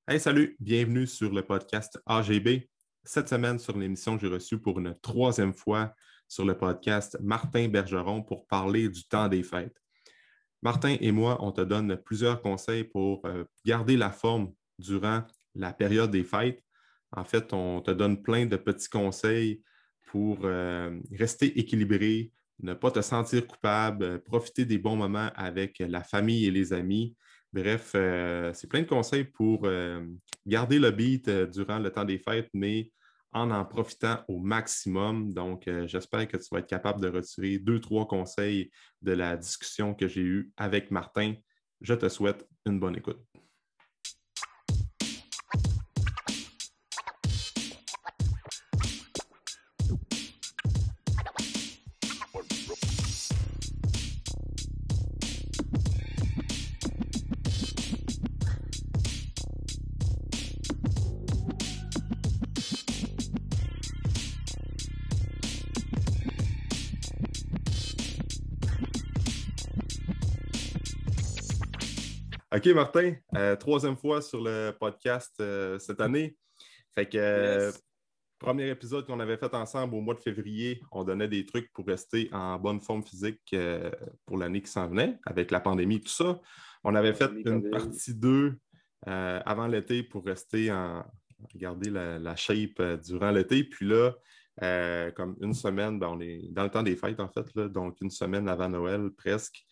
Hey, salut, bienvenue sur le podcast AGB. Cette semaine, sur l'émission, j'ai reçu pour une troisième fois sur le podcast Martin Bergeron pour parler du temps des fêtes. Martin et moi, on te donne plusieurs conseils pour garder la forme durant la période des fêtes. En fait, on te donne plein de petits conseils pour rester équilibré, ne pas te sentir coupable, profiter des bons moments avec la famille et les amis. Bref, c'est plein de conseils pour garder le beat durant le temps des fêtes, mais en profitant au maximum. Donc, j'espère que tu vas être capable de retirer deux, trois conseils de la discussion que j'ai eue avec Martin. Je te souhaite une bonne écoute. OK, Martin, troisième fois sur le podcast cette année. Fait que Yes. premier épisode qu'on avait fait ensemble au mois de février, on donnait des trucs pour rester en bonne forme physique pour l'année qui s'en venait, avec la pandémie et tout ça. On avait fait Pandémie, une COVID. partie 2 avant l'été pour rester garder la shape durant l'été. Puis là, comme une semaine, on est dans le temps des fêtes, en fait, là, donc une semaine avant Noël, presque.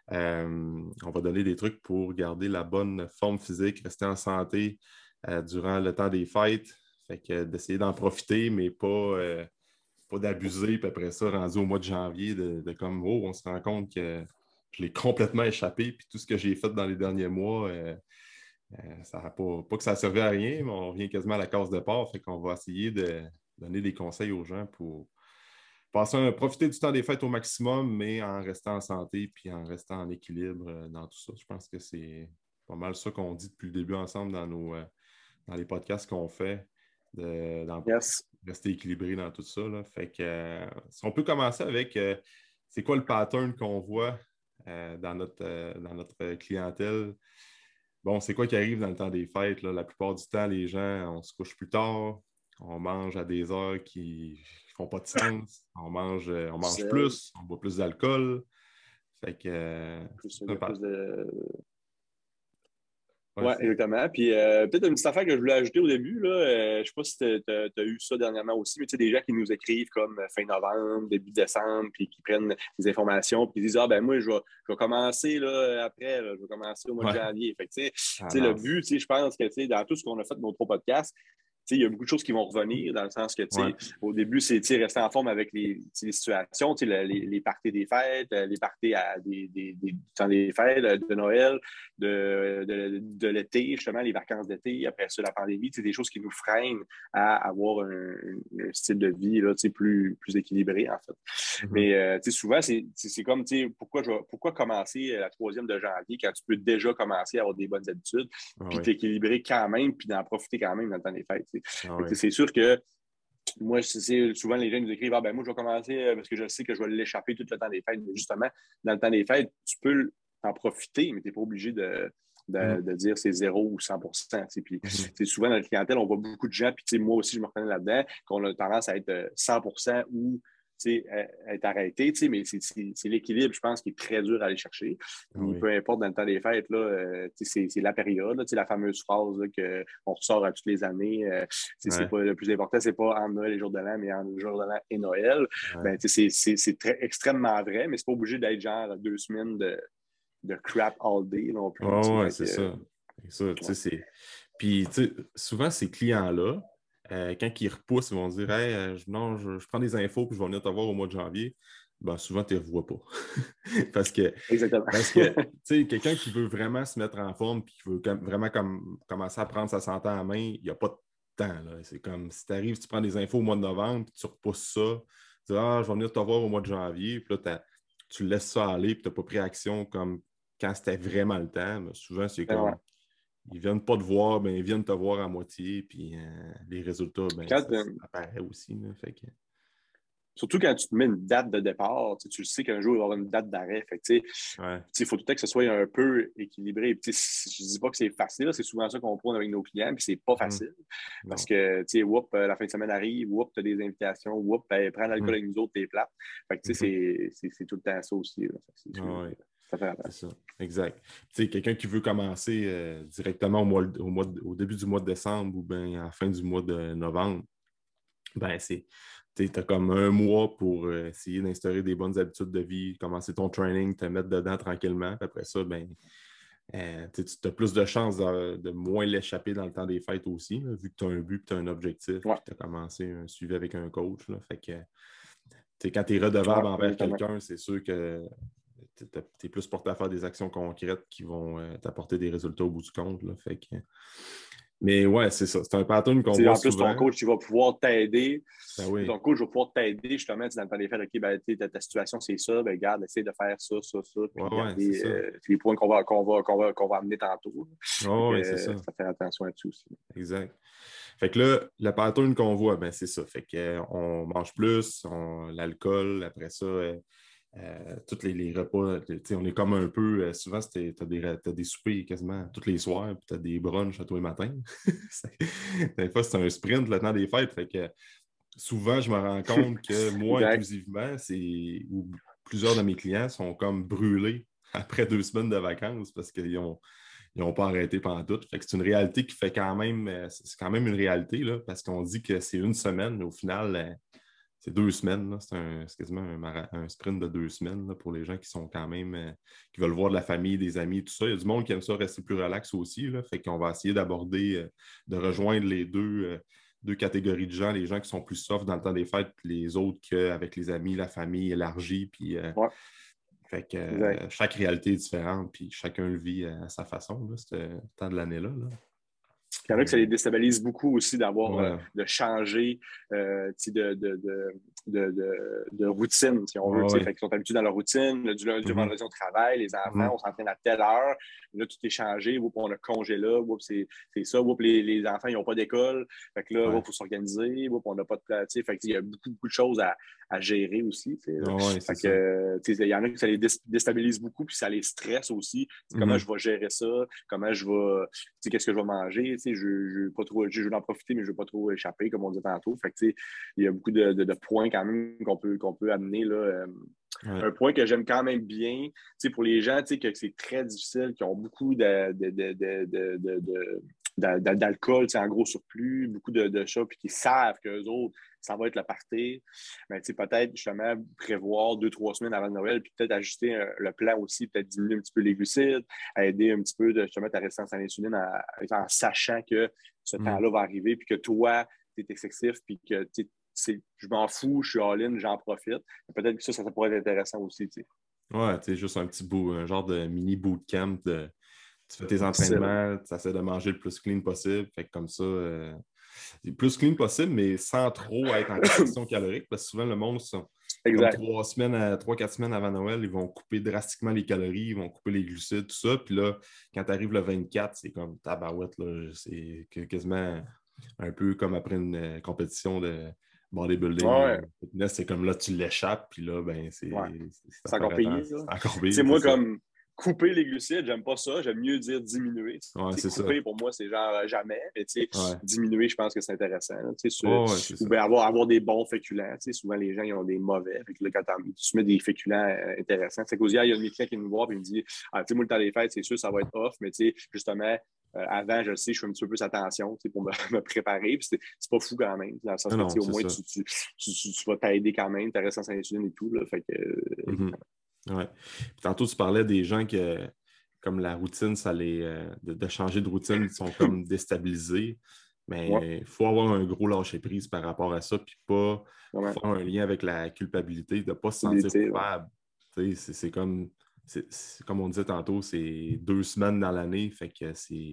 On va donner des trucs pour garder la bonne forme physique, rester en santé durant le temps des fêtes. Fait que d'essayer d'en profiter, mais pas d'abuser. Puis après ça, rendu au mois de janvier, de comme, oh, on se rend compte que je l'ai complètement échappé. Puis tout ce que j'ai fait dans les derniers mois, ça n'a pas que ça servait à rien, mais on revient quasiment à la case de départ. Fait qu'on va essayer de donner des conseils aux gens pour profiter du temps des fêtes au maximum, mais en restant en santé puis en restant en équilibre dans tout ça. Je pense que c'est pas mal ça qu'on dit depuis le début ensemble dans les podcasts qu'on fait, de Yes. rester équilibré dans tout ça. Là. Fait que si on peut commencer avec c'est quoi le pattern qu'on voit dans notre clientèle? Bon, c'est quoi qui arrive dans le temps des fêtes? Là? La plupart du temps, les gens, on se couche plus tard, on mange à des heures qui font pas de sens, on mange Sel, plus, on boit plus d'alcool. Fait que il y a plus de. ouais, Ouais, exactement. Puis peut-être une petite affaire que je voulais ajouter au début, là, je ne sais pas si tu as eu ça dernièrement aussi, mais tu sais, des gens qui nous écrivent comme fin novembre, début décembre, puis qui prennent des informations, puis ils disent: Ah ben moi, je vais commencer là, après, là, je vais commencer au mois de ouais. janvier. Fait que, Ah le non. but, je pense que dans tout ce qu'on a fait de nos trois podcasts, il y a beaucoup de choses qui vont revenir dans le sens que, Ouais. au début, c'est rester en forme avec les situations, les parties des fêtes, les parties du temps des fêtes, de Noël, de l'été, justement, les vacances d'été, après ça, la pandémie, des choses qui nous freinent à avoir un style de vie là, plus équilibré, en fait. Mhm. Mais souvent, c'est comme, pourquoi commencer la troisième de janvier quand tu peux déjà commencer à avoir des bonnes habitudes, Ah puis oui. t'équilibrer quand même, puis d'en profiter quand même dans le temps des fêtes. Ah oui. C'est sûr que moi, souvent les gens nous écrivent: Ah ben moi, je vais commencer parce que je sais que je vais l'échapper tout le temps des fêtes. Mais justement, dans le temps des fêtes, tu peux en profiter, mais tu n'es pas obligé Mhm. de dire c'est 0 ou 100. Puis Mhm. souvent dans la clientèle, on voit beaucoup de gens, puis moi aussi, je me reconnais là-dedans, qu'on a tendance à être 100 ou être arrêté, mais c'est l'équilibre, je pense, qui est très dur à aller chercher. Ah Puis oui. peu importe dans le temps des fêtes, là, c'est la période, là, la fameuse phrase qu'on ressort à toutes les années. C'est Ouais. pas, le plus important, c'est pas en Noël et jour de l'an, mais en jour de l'an et Noël. Ouais. Ben, c'est extrêmement vrai, mais c'est pas obligé d'être genre 2 semaines de crap all day non plus. Ouais, ouais, Fait c'est que, ça. C'est ça, tu sais, ouais. Puis, tu sais, souvent, ces clients-là, quand ils repoussent, ils vont dire, hey, non, je prends des infos puis je vais venir te voir au mois de janvier. Ben, souvent, tu ne les revois pas. Parce que, Exactement. tu sais, quelqu'un qui veut vraiment se mettre en forme puis qui veut vraiment commencer à prendre sa santé en main, il n'y a pas de temps, là. C'est comme si tu arrives, tu prends des infos au mois de novembre puis tu repousses ça. Tu dis, ah, je vais venir te voir au mois de janvier. Puis là, tu laisses ça aller puis tu n'as pas pris action comme quand c'était vraiment le temps. Mais souvent, c'est Ouais. comme ils viennent pas te voir, ben, ils viennent te voir à moitié, puis les résultats, ben, Quand, ça apparaît aussi. Là, fait que... Surtout quand tu te mets une date de départ, tu le sais qu'un jour, il va y avoir une date d'arrêt. Fait que, il faut tout le temps que ce soit un peu équilibré. Puis, je ne dis pas que c'est facile, c'est souvent ça qu'on prône avec nos clients, puis c'est pas facile. Parce que, la fin de semaine arrive, tu as des invitations, prends l'alcool avec nous autres, t'es plate. Fait que, c'est tout le temps ça aussi. Là. Ça fait c'est ça, exact. Quelqu'un qui veut commencer directement au début du mois de décembre ou bien à la fin du mois de novembre, ben tu as comme un mois pour essayer d'instaurer des bonnes habitudes de vie, commencer ton training, te mettre dedans tranquillement. Puis après ça, ben, tu as plus de chances de moins l'échapper dans le temps des fêtes aussi, là, vu que tu as un but, tu as un objectif, puis tu as commencé un suivi avec un coach. Là, fait que quand tu es redevable envers quelqu'un, c'est sûr que tu es plus porté à faire des actions concrètes qui vont t'apporter des résultats au bout du compte. Là, fait que... Mais ouais, c'est ça. C'est un pattern qu'on voit en plus, souvent. ton coach, il va pouvoir t'aider. Ben oui. Ton coach va pouvoir t'aider justement dans le temps des fêtes. OK, ben, ta situation, c'est ça. Ben, regarde, essaie de faire ça. Puis regarder les points qu'on va amener tantôt. C'est ça. Ça faire attention là-dessus aussi. Exact. Fait que là, le pattern qu'on voit, ben, c'est ça. Fait qu'on mange plus, l'alcool, après ça, tous les repas, on est comme un peu, souvent, tu as des soupers quasiment tous les soirs, puis tu as des brunchs à tous les matins. Des fois, c'est un sprint le temps des fêtes. Fait que souvent, je me rends compte que moi, inclusivement, ou plusieurs de mes clients sont comme brûlés après 2 semaines de vacances parce qu'ils n'ont pas arrêté pendant tout. Fait que c'est une réalité qui fait quand même, c'est quand même une réalité, là, parce qu'on dit que c'est 1 semaine, mais au final, c'est 2 semaines. Là. C'est quasiment un sprint de 2 semaines là, pour les gens qui sont quand même, qui veulent voir de la famille, des amis, tout ça. Il y a du monde qui aime ça rester plus relax aussi. Là. Fait qu'on va essayer d'aborder, de rejoindre les deux catégories de gens, les gens qui sont plus soft dans le temps des fêtes, puis les autres qu'avec les amis, la famille élargie. Puis, fait que chaque réalité est différente, puis chacun le vit à sa façon, là, ce temps de l'année-là. Là. Il y en a que ça les déstabilise beaucoup aussi d'avoir de changer de routine, si on veut. Fait qu'ils sont habitués dans leur routine. Du lundi au vendredi, on travaille, les enfants, on s'entraîne à telle heure. Là, tout est changé. On a congé là. C'est ça. Les enfants, ils n'ont pas d'école. Fait que là, il faut s'organiser. On n'a pas de place. Fait qu'il y a beaucoup de choses à gérer aussi. Il y en a que ça les déstabilise beaucoup, puis ça les stresse aussi. Comment je vais gérer ça? Comment je vais... Qu'est-ce que je vais manger? Je veux en profiter, mais je ne veux pas trop échapper, comme on dit tantôt. Fait que, il y a beaucoup de points quand même qu'on peut amener. Là, un point que j'aime quand même bien, pour les gens que c'est très difficile, qui ont beaucoup d'alcool, en gros surplus, beaucoup de ça, puis qui savent qu'eux autres, ça va être le party. Mais peut-être justement prévoir 2-3 semaines avant Noël, puis peut-être ajuster le plan aussi, peut-être diminuer un petit peu les glucides, aider un petit peu justement ta résistance à l'insuline en sachant que ce temps-là va arriver, puis que toi, tu es excessif, puis que je m'en fous, je suis all-in, j'en profite. Peut-être que ça pourrait être intéressant aussi. T'sais. Ouais, tu sais, juste un genre de mini bootcamp. Tu fais tes entraînements, tu essaies de manger le plus clean possible. Fait que comme ça, le plus clean possible, mais sans trop être en restriction calorique. Parce que souvent, le monde, comme 3-4 semaines avant Noël, ils vont couper drastiquement les calories, ils vont couper les glucides, tout ça. Puis là, quand tu arrives le 24, c'est comme tabarouette. Là, c'est quasiment un peu comme après une compétition de bodybuilding. Fitness, c'est comme là, tu l'échappes, puis là, ben, c'est encore payé. C'est encore payé. Moi, comme couper les glucides, j'aime pas ça. J'aime mieux dire diminuer. C'est couper, pour moi, c'est genre jamais. Mais diminuer, je pense que c'est intéressant. Ou bien avoir des bons féculents. Souvent, les gens, ils ont des mauvais. Fait que là, quand tu mets des féculents intéressants. C'est qu'au il y a un médecin qui nous voit et il me dit moi, le temps des fêtes, c'est sûr, ça va être off. Mais justement, avant, je le sais, je fais un petit peu plus attention pour me préparer. Puis c'est pas fou quand même. Dans le sens que, au moins, tu vas t'aider quand même, ta résistance à l'insuline et tout. Là, fait que, ouais. Puis tantôt, tu parlais des gens que, comme la routine, ça de changer de routine, ils sont comme déstabilisés. Mais il faut avoir un gros lâcher-prise par rapport à ça, puis pas faire un lien avec la culpabilité, de ne pas se sentir coupable. C'est comme on disait tantôt, c'est 2 semaines dans l'année, fait que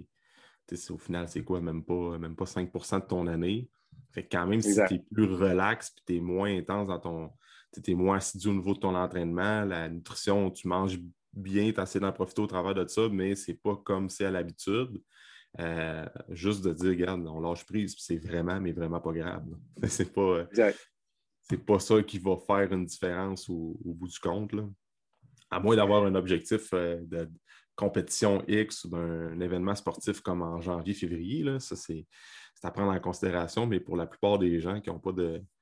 au final, c'est quoi? Même pas 5% de ton année. Fait que quand même, si tu es plus relax, puis tu es moins intense tu es moins assidu au niveau de ton entraînement, la nutrition, tu manges bien, tu essaies d'en profiter au travers de ça, mais c'est pas comme c'est à l'habitude. Juste de dire, regarde, on lâche prise, c'est vraiment, mais vraiment pas grave. C'est pas. c'est pas ça qui va faire une différence au bout du compte, là. À moins d'avoir un objectif de compétition X ou d'un événement sportif comme en janvier, février, là, ça, c'est à prendre en considération, mais pour la plupart des gens qui n'ont pas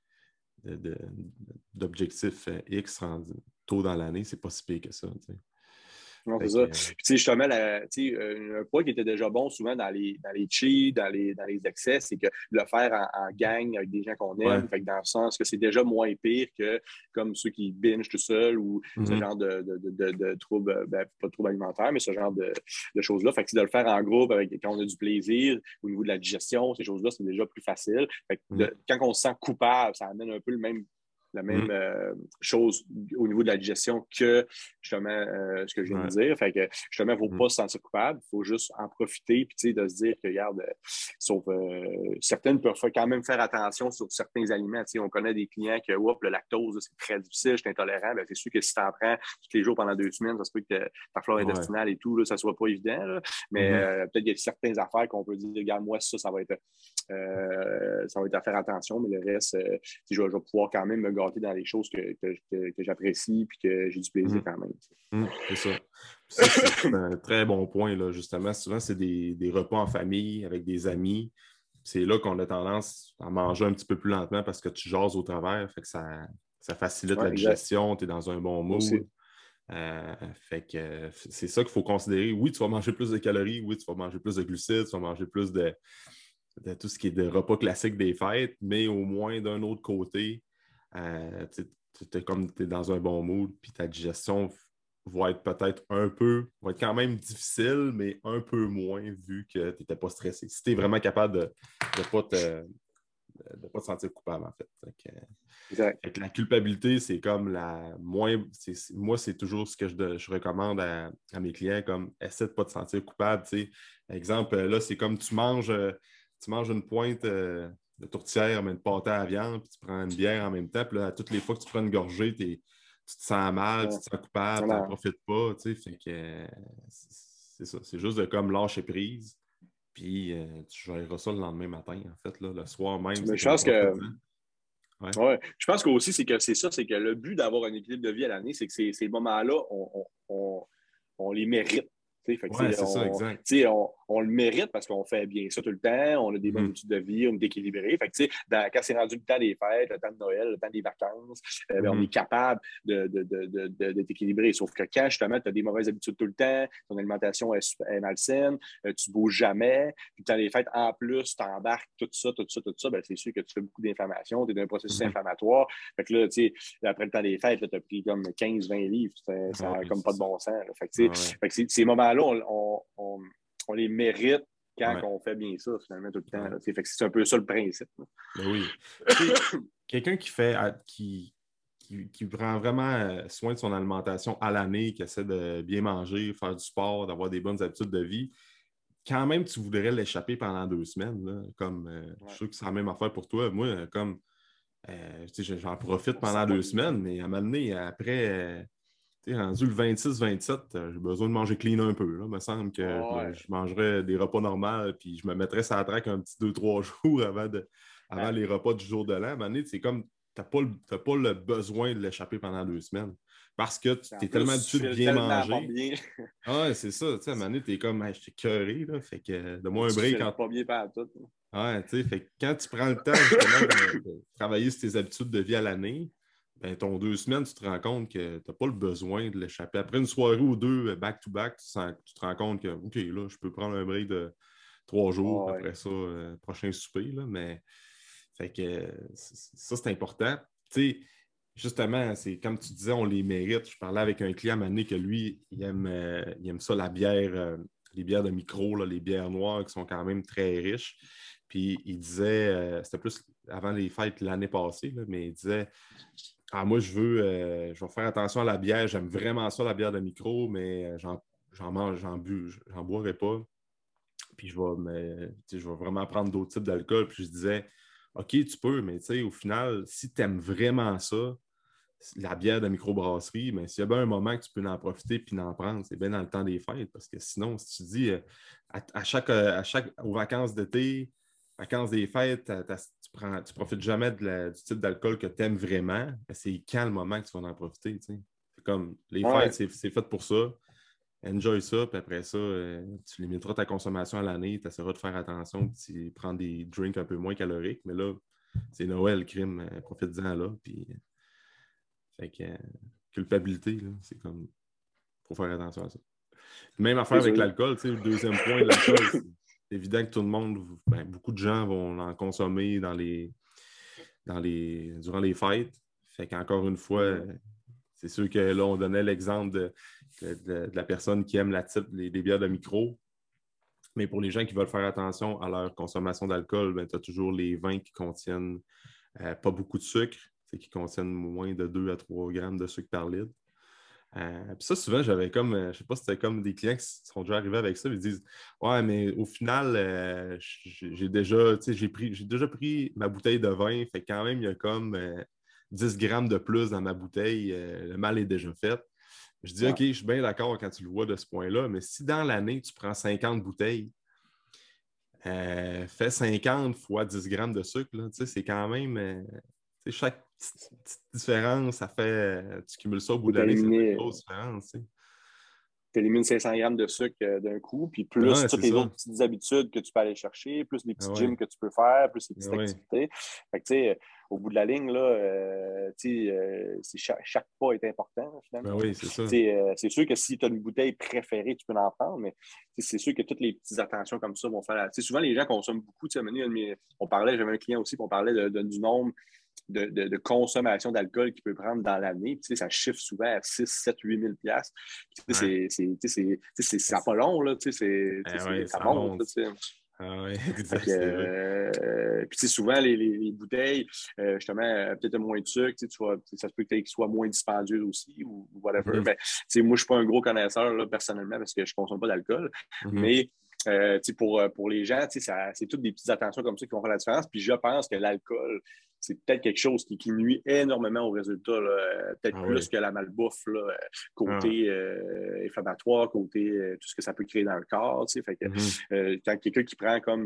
d'objectif X rendu tôt dans l'année, c'est pas si pire que ça. Tu sais. Non, c'est Fait ça. que, Puis, tu sais, justement, un point qui était déjà bon souvent dans les cheats, dans les excès, c'est que le faire en gang avec des gens qu'on ouais. aime, fait que dans le sens que c'est déjà moins pire que comme ceux qui binge tout seuls ou ce genre de troubles, ben, pas de troubles alimentaires, mais ce genre de choses-là. Fait que de le faire en groupe avec quand on a du plaisir au niveau de la digestion, ces choses-là, c'est déjà plus facile. Fait que quand on se sent coupable, ça amène un peu la même chose au niveau de la digestion que justement ce que je viens de dire. Fait que justement, il ne faut pas se sentir coupable, il faut juste en profiter puis de se dire que, regarde, sauf certaines peuvent quand même faire attention sur certains aliments. On connaît des clients que le lactose, c'est très difficile, je suis intolérant. Ben, c'est sûr que si tu en prends tous les jours pendant 2 semaines, ça se peut que ta flore intestinale et tout, là, ça ne soit pas évident. Là. Mais peut-être qu'il y a certaines affaires qu'on peut dire, regarde, moi, ça va être à faire attention, mais le reste, je vais pouvoir quand même me gâter dans les choses que j'apprécie et que j'ai du plaisir quand même. C'est ça. Ça, c'est un très bon point, là, justement. Souvent, c'est des repas en famille avec des amis. C'est là qu'on a tendance à manger un petit peu plus lentement parce que tu jases au travers. Fait que ça facilite la digestion, tu es dans un bon mood. Fait que c'est ça qu'il faut considérer. Oui, tu vas manger plus de calories, oui, tu vas manger plus de glucides, tu vas manger plus de tout ce qui est de repas classiques des fêtes, mais au moins d'un autre côté, tu es dans un bon mood, puis ta digestion va être peut-être va être quand même difficile, mais un peu moins vu que tu n'étais pas stressé. Si tu es vraiment capable de ne pas te sentir coupable, en fait. Fait que la culpabilité, c'est comme la moins. Moi, c'est toujours ce que je recommande à mes clients, comme essaie de ne pas te sentir coupable. Exemple, là, c'est comme tu manges une pointe de tourtière, mais une pâté à la viande, puis tu prends une bière en même temps, puis là, toutes les fois que tu prends une gorgée, tu te sens mal, tu te sens coupable, tu n'en profites pas. Fait que c'est ça. C'est juste de comme lâcher prise. Puis tu géreras ça le lendemain matin, en fait, là, le soir même. Mais je pense que. Ouais. Je pense qu'aussi, c'est que le but d'avoir un équilibre de vie à l'année, c'est que ces moments-là, on les mérite. Fait que, c'est ça, exact. On le mérite parce qu'on fait bien ça tout le temps, on a des bonnes habitudes de vie, on est équilibré. Fait que, quand c'est rendu le temps des fêtes, le temps de Noël, le temps des vacances, on est capable d'être équilibré. Sauf que quand justement tu as des mauvaises habitudes tout le temps, ton alimentation est malsaine, tu ne bouges jamais, puis dans les fêtes, en plus, tu embarques tout ça, ben, c'est sûr que tu fais beaucoup d'inflammation, tu es dans un processus inflammatoire. Fait que là, après le temps des fêtes, tu as pris comme 15-20 livres. Ça n'a comme pas de bon sens. Là. Fait que ces moments-là, on les mérite quand on fait bien ça, finalement, tout le temps. Fait que c'est un peu ça le principe. Ben oui. Quelqu'un qui prend vraiment soin de son alimentation à l'année, qui essaie de bien manger, faire du sport, d'avoir des bonnes habitudes de vie, quand même, tu voudrais l'échapper pendant 2 semaines. Là, comme je suis sûr que c'est la même affaire pour toi. Moi, comme j'en profite pendant 2 semaines, mais à un moment donné, après. Rendu le 26-27, j'ai besoin de manger clean un peu. Là. Il me semble que je mangerais des repas normaux, puis je me mettrais sur la traque un petit 2-3 jours avant les repas du jour de l'an. À un moment donné, c'est comme tu n'as pas le besoin de l'échapper pendant 2 semaines. Parce que tu es tellement habitué de bien manger. C'est ça. À un moment donné, tu es comme, je suis écœuré. Fait que donne-moi un break. Pas bien par tout. Fait que quand tu prends le temps justement de travailler sur tes habitudes de vie à l'année, ben, ton 2 semaines, tu te rends compte que tu n'as pas le besoin de l'échapper. Après une soirée ou deux, back-to-back, tu te rends compte que, OK, là, je peux prendre un break de 3 jours, après ça, prochain souper. Là, mais fait que ça, c'est important. Tu sais, justement, c'est comme tu disais, on les mérite. Je parlais avec un client à un moment donné que lui, il aime ça, la bière, les bières de micro, là, les bières noires qui sont quand même très riches. Puis il disait, c'était plus avant les fêtes l'année passée, là, mais il disait moi, je vais faire attention à la bière. J'aime vraiment ça, la bière de micro, mais j'en boirai pas. Puis je vais vraiment prendre d'autres types d'alcool. Puis je disais, OK, tu peux, mais au final, si tu aimes vraiment ça, la bière de microbrasserie, mais s'il y a bien un moment que tu peux en profiter puis en prendre, c'est bien dans le temps des fêtes. Parce que sinon, si tu dis aux vacances d'été, vacances des fêtes, tu tu profites jamais du type d'alcool que tu aimes vraiment, ben, c'est quand le moment que tu vas en profiter, tu sais. C'est comme, les fêtes, c'est fait pour ça. Enjoy ça, puis après ça, tu limiteras ta consommation à l'année, tu essaieras de faire attention, puis tu prends des drinks un peu moins caloriques, mais là, c'est Noël, crime, profite-en là, puis fait que culpabilité, là, c'est comme, faut faire attention à ça. Même affaire avec l'alcool, tu sais, le deuxième point, l'alcool, c'est évident que tout le monde, ben, beaucoup de gens vont en consommer durant les fêtes. Fait qu'encore une fois, c'est sûr que là, on donnait l'exemple de la personne qui aime les bières de micro. Mais pour les gens qui veulent faire attention à leur consommation d'alcool, ben, tu as toujours les vins qui contiennent pas beaucoup de sucre, qui contiennent moins de 2 à 3 grammes de sucre par litre. Puis ça, souvent, j'avais comme, je sais pas si c'était comme des clients qui sont déjà arrivés avec ça, ils disent ouais, mais au final, j'ai déjà pris ma bouteille de vin, fait quand même, il y a comme 10 grammes de plus dans ma bouteille, le mal est déjà fait. Je dis OK, je suis bien d'accord quand tu le vois de ce point-là, mais si dans l'année, tu prends 50 bouteilles, fais 50 fois 10 grammes de sucre, là, c'est quand même. Chaque petite différence, ça fait. Tu cumules ça au bout de l'année, c'est une grosse différence. Tu élimines 500 grammes de sucre d'un coup, puis plus toutes les autres petites habitudes que tu peux aller chercher, plus les petits gyms que tu peux faire, plus les petites activités. Fait que, tu sais, au bout de la ligne, là, chaque pas est important, finalement. Oui, c'est ça. C'est sûr que si tu as une bouteille préférée, tu peux en prendre, mais c'est sûr que toutes les petites attentions comme ça vont faire. Souvent, les gens consomment beaucoup. On parlait, j'avais un client aussi, on parlait du nombre de consommation d'alcool qu'il peut prendre dans l'année. Ça chiffre souvent à 6, 7, 8 000 $. C'est pas long, là. Ça monte. Ah oui, exact. Puis souvent, les bouteilles, justement, peut-être moins de sucre, ça se peut qu'il soit moins dispendieux aussi ou whatever. Moi, je ne suis pas un gros connaisseur là, personnellement parce que je ne consomme pas d'alcool. Mais pour les gens, c'est toutes des petites attentions comme ça qui vont faire la différence. Puis je pense que l'alcool, c'est peut-être quelque chose qui nuit énormément aux résultats, peut-être plus que la malbouffe, là, côté inflammatoire, côté tout ce que ça peut créer dans le corps. Fait que, quand quelqu'un qui prend comme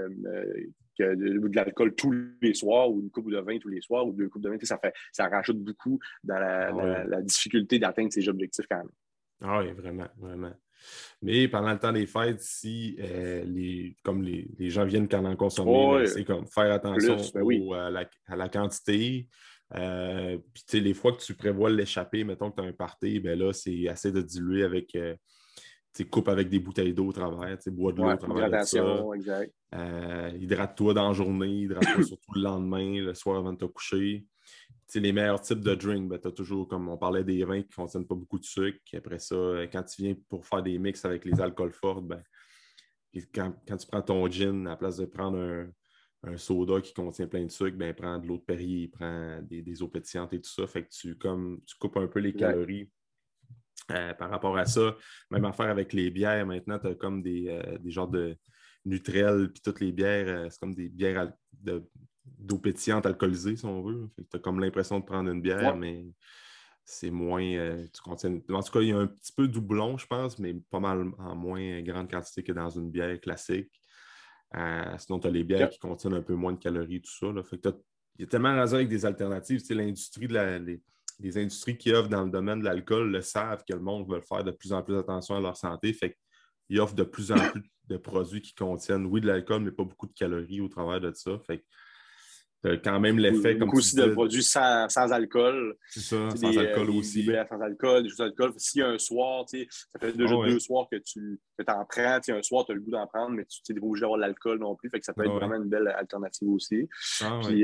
de l'alcool tous les soirs ou une coupe de vin tous les soirs ou 2 coupes de vin, ça rajoute beaucoup dans la difficulté d'atteindre ses objectifs quand même. Ah oui, vraiment, vraiment. Mais pendant le temps des fêtes, si comme les gens viennent quand en consommer, c'est comme faire attention à la quantité. Puis les fois que tu prévois l'échapper, mettons que tu as un party, ben là, c'est assez de diluer avec coupe avec des bouteilles d'eau au travers, bois de l'eau au travers de ça. Exact. Hydrate-toi dans la journée, hydrate-toi surtout le lendemain, le soir avant de te coucher. Les meilleurs types de drinks, ben, tu as toujours, comme on parlait, des vins qui ne contiennent pas beaucoup de sucre. Puis après ça, quand tu viens pour faire des mix avec les alcools forts, ben, quand tu prends ton gin, à la place de prendre un soda qui contient plein de sucre, ben, prends de l'eau de Perrier, prends des eaux pétillantes et tout ça. Fait que tu coupes un peu les calories par rapport à ça. Même affaire avec les bières. Maintenant, tu as comme des genres de Nutrel, puis toutes les bières, c'est comme des bières d'eau pétillante alcoolisée, si on veut. Tu as comme l'impression de prendre une bière, mais c'est moins. Tu contiens... En tout cas, il y a un petit peu de doublon, je pense, mais pas mal en moins grande quantité que dans une bière classique. Sinon, tu as les bières qui contiennent un peu moins de calories, tout ça. Là. Fait que il y a tellement raison avec des alternatives. L'industrie les industries qui offrent dans le domaine de l'alcool le savent que le monde veut faire de plus en plus attention à leur santé. Fait qu'ils offrent de plus en plus de produits qui contiennent, oui, de l'alcool, mais pas beaucoup de calories au travers de ça. Fait que t'as quand même l'effet comme beaucoup aussi de produits sans alcool. C'est ça, sans alcool aussi. Des bières sans alcool, des choses d'alcool. S'il y a un soir, ça fait déjà 2 soirs que tu en prends. Un soir, tu as le goût d'en prendre, mais tu n'es pas obligé d'avoir de l'alcool non plus. Fait que ça peut être vraiment une belle alternative aussi. Puis,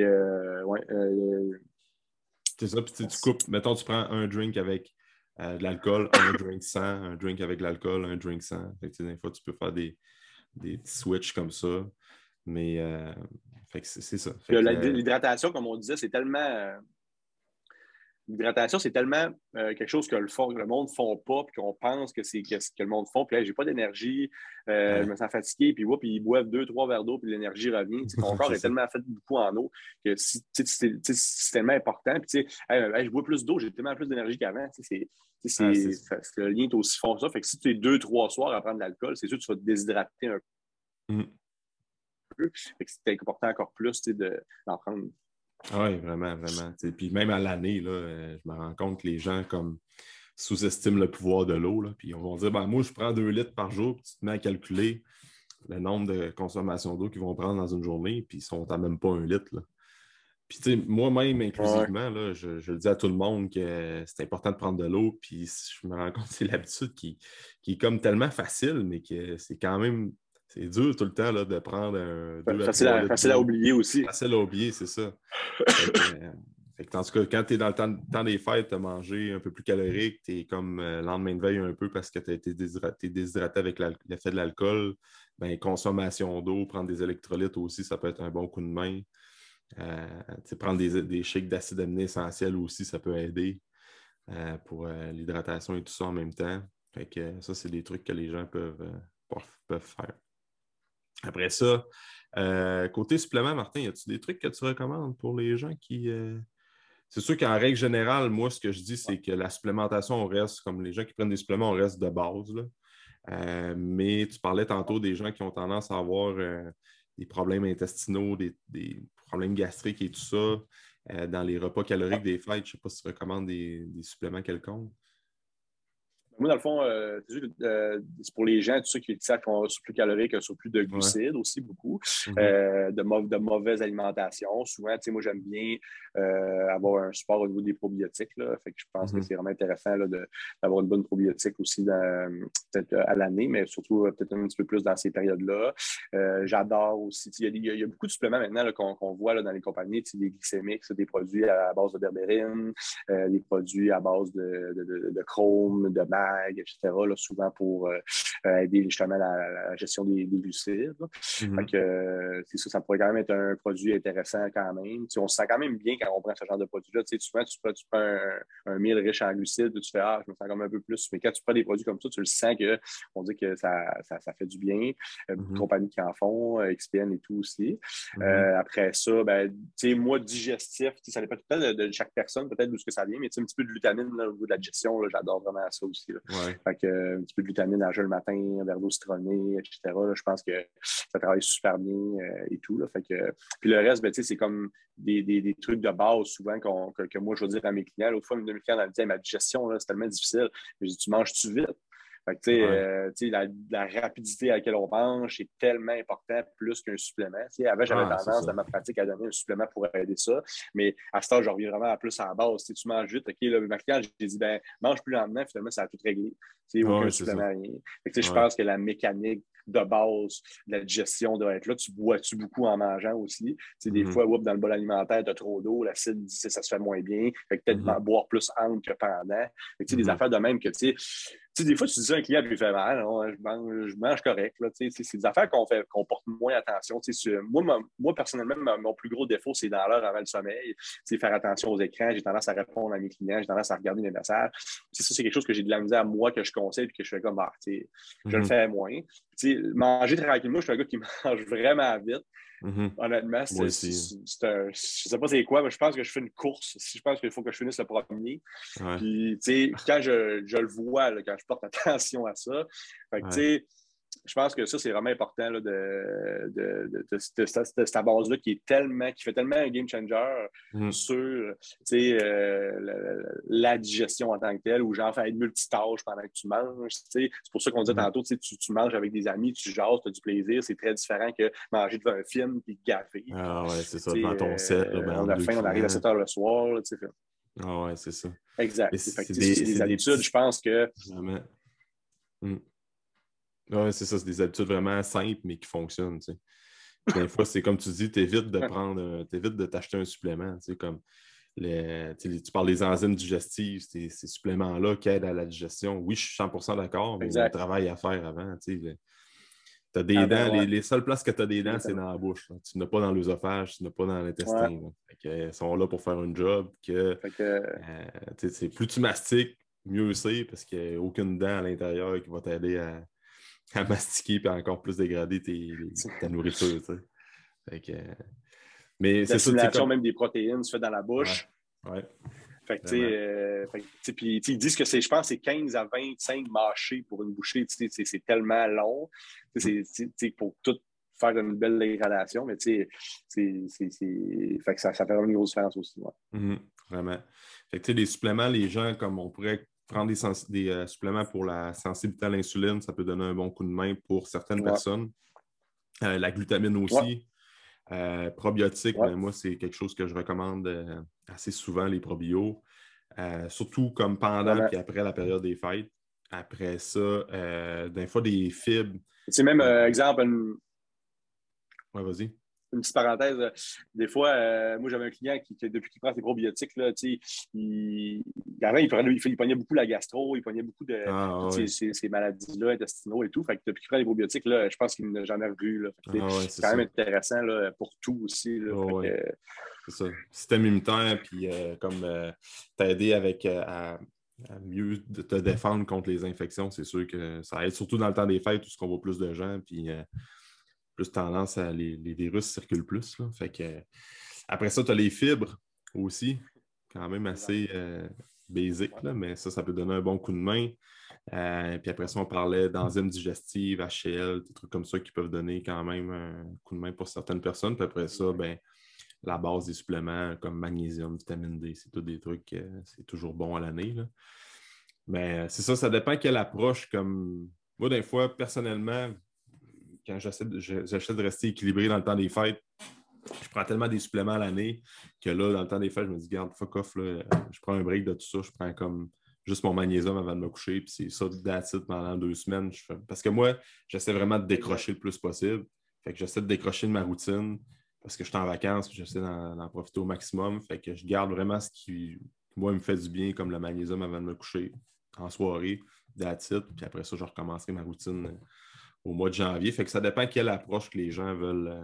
c'est ça, puis tu coupes. Mettons, tu prends un drink avec de l'alcool, un drink sans, un drink avec de l'alcool, un drink sans. Fait que, des fois, tu peux faire des petits switches comme ça. Mais fait que c'est ça. L'hydratation, comme on disait, c'est tellement. L'hydratation, c'est tellement quelque chose que le monde ne font pas, puis qu'on pense que c'est que le monde font. Puis, j'ai pas d'énergie, je me sens fatigué, puis ils boivent 2-3 verres d'eau, puis l'énergie revient. Ton corps est tellement fait beaucoup en eau que c'est tellement important. Puis, je bois plus d'eau, j'ai tellement plus d'énergie qu'avant. Le lien est aussi fort que ça. Fait que si tu es 2-3 soirs à prendre de l'alcool, c'est sûr que tu vas te déshydrater un peu. peu. Fait que c'est important encore plus d'en prendre. Oui, vraiment, vraiment. Puis même à l'année, là, je me rends compte que les gens comme sous-estiment le pouvoir de l'eau. Là, puis on va dire, ben, moi, je prends 2 litres par jour, puis tu te mets à calculer le nombre de consommations d'eau qu'ils vont prendre dans une journée, puis ils sont à même pas 1 litre. Là. Puis, tu sais, moi-même, inclusivement, là, je le dis à tout le monde que c'est important de prendre de l'eau, puis je me rends compte que c'est l'habitude qui est comme tellement facile, mais que c'est quand même, c'est dur tout le temps là, de prendre 2 à 3 litres Facile à d'eau. oublier aussi. Facile à oublier, c'est ça. Fait que, en tout cas, quand tu es dans le temps des fêtes, tu as mangé un peu plus calorique, tu es comme lendemain de veille un peu parce que tu as été déshydraté avec l'effet de l'alcool. Ben, consommation d'eau, prendre des électrolytes aussi, ça peut être un bon coup de main. Prendre des shakes d'acide aminé essentiel aussi, ça peut aider pour l'hydratation et tout ça en même temps. Fait que ça, c'est des trucs que les gens peuvent faire. Après ça, côté supplément, Martin, y a-t-il des trucs que tu recommandes pour les gens qui. C'est sûr qu'en règle générale, moi, ce que je dis, c'est que la supplémentation, on reste, comme les gens qui prennent des suppléments, on reste de base. Là. Mais tu parlais tantôt des gens qui ont tendance à avoir des problèmes intestinaux, des problèmes gastriques et tout ça. Dans les repas caloriques des fêtes, je ne sais pas si tu recommandes des suppléments quelconques. Moi, dans le fond, c'est pour les gens, tous ceux qui savent qu'on va sur plus calorique, sur plus de Ouais. glucides aussi, beaucoup, Mm-hmm. de mauvaise alimentation. Souvent, moi, j'aime bien avoir un support au niveau des probiotiques. Là. Fait que je pense que Mm-hmm. c'est vraiment intéressant là, d'avoir une bonne probiotique aussi peut-être à l'année, mais surtout peut-être un petit peu plus dans ces périodes-là. J'adore aussi. Il y a beaucoup de suppléments maintenant là, qu'on voit là, dans les compagnies, des glycémiques, des produits à base de berbérine, des produits à base de chrome, de mag, etc., là, souvent pour aider justement la gestion des glucides. Mm-hmm. Fait que, ça pourrait quand même être un produit intéressant quand même. On se sent quand même bien quand on prend ce genre de produit-là. Souvent, tu prends un meal riche en glucides, tu fais je me sens comme un peu plus. Mais quand tu prends des produits comme ça, tu le sens qu'on dit que ça fait du bien. Beaucoup de compagnies qui en font, XPN et tout aussi. Après ça, moi, digestif, ça dépend tout le temps de chaque personne, peut-être d'où ce que ça vient, mais un petit peu de glutamine là, au niveau de la digestion, là, j'adore vraiment ça aussi. Là. Ouais. Fait que, un petit peu de glutamine à jeun le matin, un verre d'eau citronnée, etc. Là, je pense que ça travaille super bien et tout. Là. Fait que, puis le reste, c'est comme des trucs de base souvent que moi, je vais dire à mes clients. L'autre fois, une de mes clients elle me dit ma digestion, là, c'est tellement difficile. Je dis tu manges-tu vite? Fait que, la rapidité à laquelle on mange, c'est tellement important plus qu'un supplément. Avant, j'avais tendance dans ma pratique à donner un supplément pour aider ça. Mais à ce stade, je reviens vraiment plus à la base. Tu manges vite. OK, là, ma cliente, j'ai dit, mange plus lentement. Finalement, ça a tout réglé. Aucun supplément, rien. Fait que, je pense que la mécanique de base de la digestion doit être là. Tu bois-tu beaucoup en mangeant aussi? Des fois, dans le bol alimentaire, tu as trop d'eau, l'acide, ça se fait moins bien. Fait que peut-être boire plus entre que pendant. Fait que, des affaires de même que, des fois, tu dis à un client, puis il fait mal, non, je mange correct. Là, c'est des affaires qu'on porte moins attention. Moi, personnellement, mon plus gros défaut, c'est dans l'heure avant le sommeil. Faire attention aux écrans. J'ai tendance à répondre à mes clients, j'ai tendance à regarder mes messages. Ça, c'est quelque chose que j'ai de la misère à moi, que je conseille, puis que je fais comme, je le fais moins. Manger tranquillement, je suis un gars qui mange vraiment vite. Honnêtement, je sais pas c'est quoi, mais je pense que je fais une course. Je pense qu'il faut que je finisse le premier. Ouais. Puis, quand je le vois, là, quand je porte attention à ça, fait que, je pense que ça, c'est vraiment important là, de cette base-là qui fait tellement un game changer sur la digestion en tant que telle, ou genre faire une multitâche pendant que tu manges. C'est pour ça qu'on disait tantôt, tu manges avec des amis, tu jases, tu as du plaisir. C'est très différent que manger devant un film et gaffer. Ah ouais, c'est ça, devant ton set. On a faim, on arrive à 7 heures le soir. Là, ah ouais, c'est ça. exact. C'est des habitudes, je pense que... Vraiment. Ouais, c'est ça, c'est des habitudes vraiment simples, mais qui fonctionnent. Tu sais. Des fois, c'est comme tu dis, t'évites de t'acheter un supplément. Tu sais, comme tu parles des enzymes digestives, ces suppléments-là qui aident à la digestion. Oui, je suis 100% d'accord, mais il y a un travail à faire avant. Tu as des dents, les seules places que tu as des dents, c'est dans la bouche. Là. Tu n'as pas dans l'œsophage, tu n'as pas dans l'intestin. Elles sont là pour faire un job plus tu mastiques, mieux c'est, parce qu'il n'y a aucune dent à l'intérieur qui va t'aider à mastiquer et encore plus dégrader ta nourriture. Fait que, mais c'est ça. L'assimilation même des protéines se fait dans la bouche. Ouais. Fait que, puis ils disent que je pense, c'est 15 à 25 mâchés pour une bouchée. C'est tellement long. Pour tout faire une belle dégradation, mais tu sais, fait que ça fait vraiment une grosse différence aussi. Ouais. Vraiment. Fait que, tu sais, les suppléments, les gens, comme on pourrait prendre des suppléments pour la sensibilité à l'insuline, ça peut donner un bon coup de main pour certaines personnes. La glutamine Ouais. aussi. Probiotiques, Ouais. ben, moi, c'est quelque chose que je recommande assez souvent, les probios. Surtout comme pendant Vraiment. puis après la période des fêtes. Après ça, des fois, des fibres. C'est même, Comme... exemple, Ouais, vas-y. une petite parenthèse, des fois, moi, j'avais un client qui depuis qu'il prend ses probiotiques, là, avant, il pognait beaucoup la gastro, il pognait beaucoup de Ah, toutes ouais. ces maladies-là, intestinaux et tout. Fait que depuis qu'il prend les probiotiques, là, je pense qu'il n'a jamais revu. Là. Ah, ouais, C'est c'est quand ça. même intéressant là, pour tout aussi. Là. Oh, Fait ouais. que, C'est ça. Système immunitaire, puis comme t'aider avec à mieux de te défendre contre les infections, c'est sûr que ça aide, surtout dans le temps des fêtes où on voit plus de gens, puis plus tendance à les virus circulent plus. Là. Fait que, après ça, tu as les fibres aussi, quand même assez basique, là, mais ça peut donner un bon coup de main. Puis après ça, on parlait d'enzymes digestives, HCl, des trucs comme ça qui peuvent donner quand même un coup de main pour certaines personnes. Puis après ça, ben, la base des suppléments comme magnésium, vitamine D, c'est tous des trucs, c'est toujours bon à l'année. Là. Mais c'est ça dépend quelle approche. Comme moi, des fois, personnellement, quand j'essaie de rester équilibré dans le temps des fêtes, je prends tellement des suppléments à l'année que là, dans le temps des fêtes, je me dis, garde, fuck off, là, je prends un break de tout ça, je prends comme juste mon magnésium avant de me coucher, puis c'est ça, that's it, pendant 2 semaines. Parce que moi, j'essaie vraiment de décrocher le plus possible. Fait que j'essaie de décrocher de ma routine parce que je suis en vacances, puis j'essaie d'en profiter au maximum. Fait que je garde vraiment ce qui, moi, me fait du bien, comme le magnésium avant de me coucher en soirée, that's it. Puis après ça, je recommencerai ma routine au mois de janvier. Fait que ça dépend quelle approche que les gens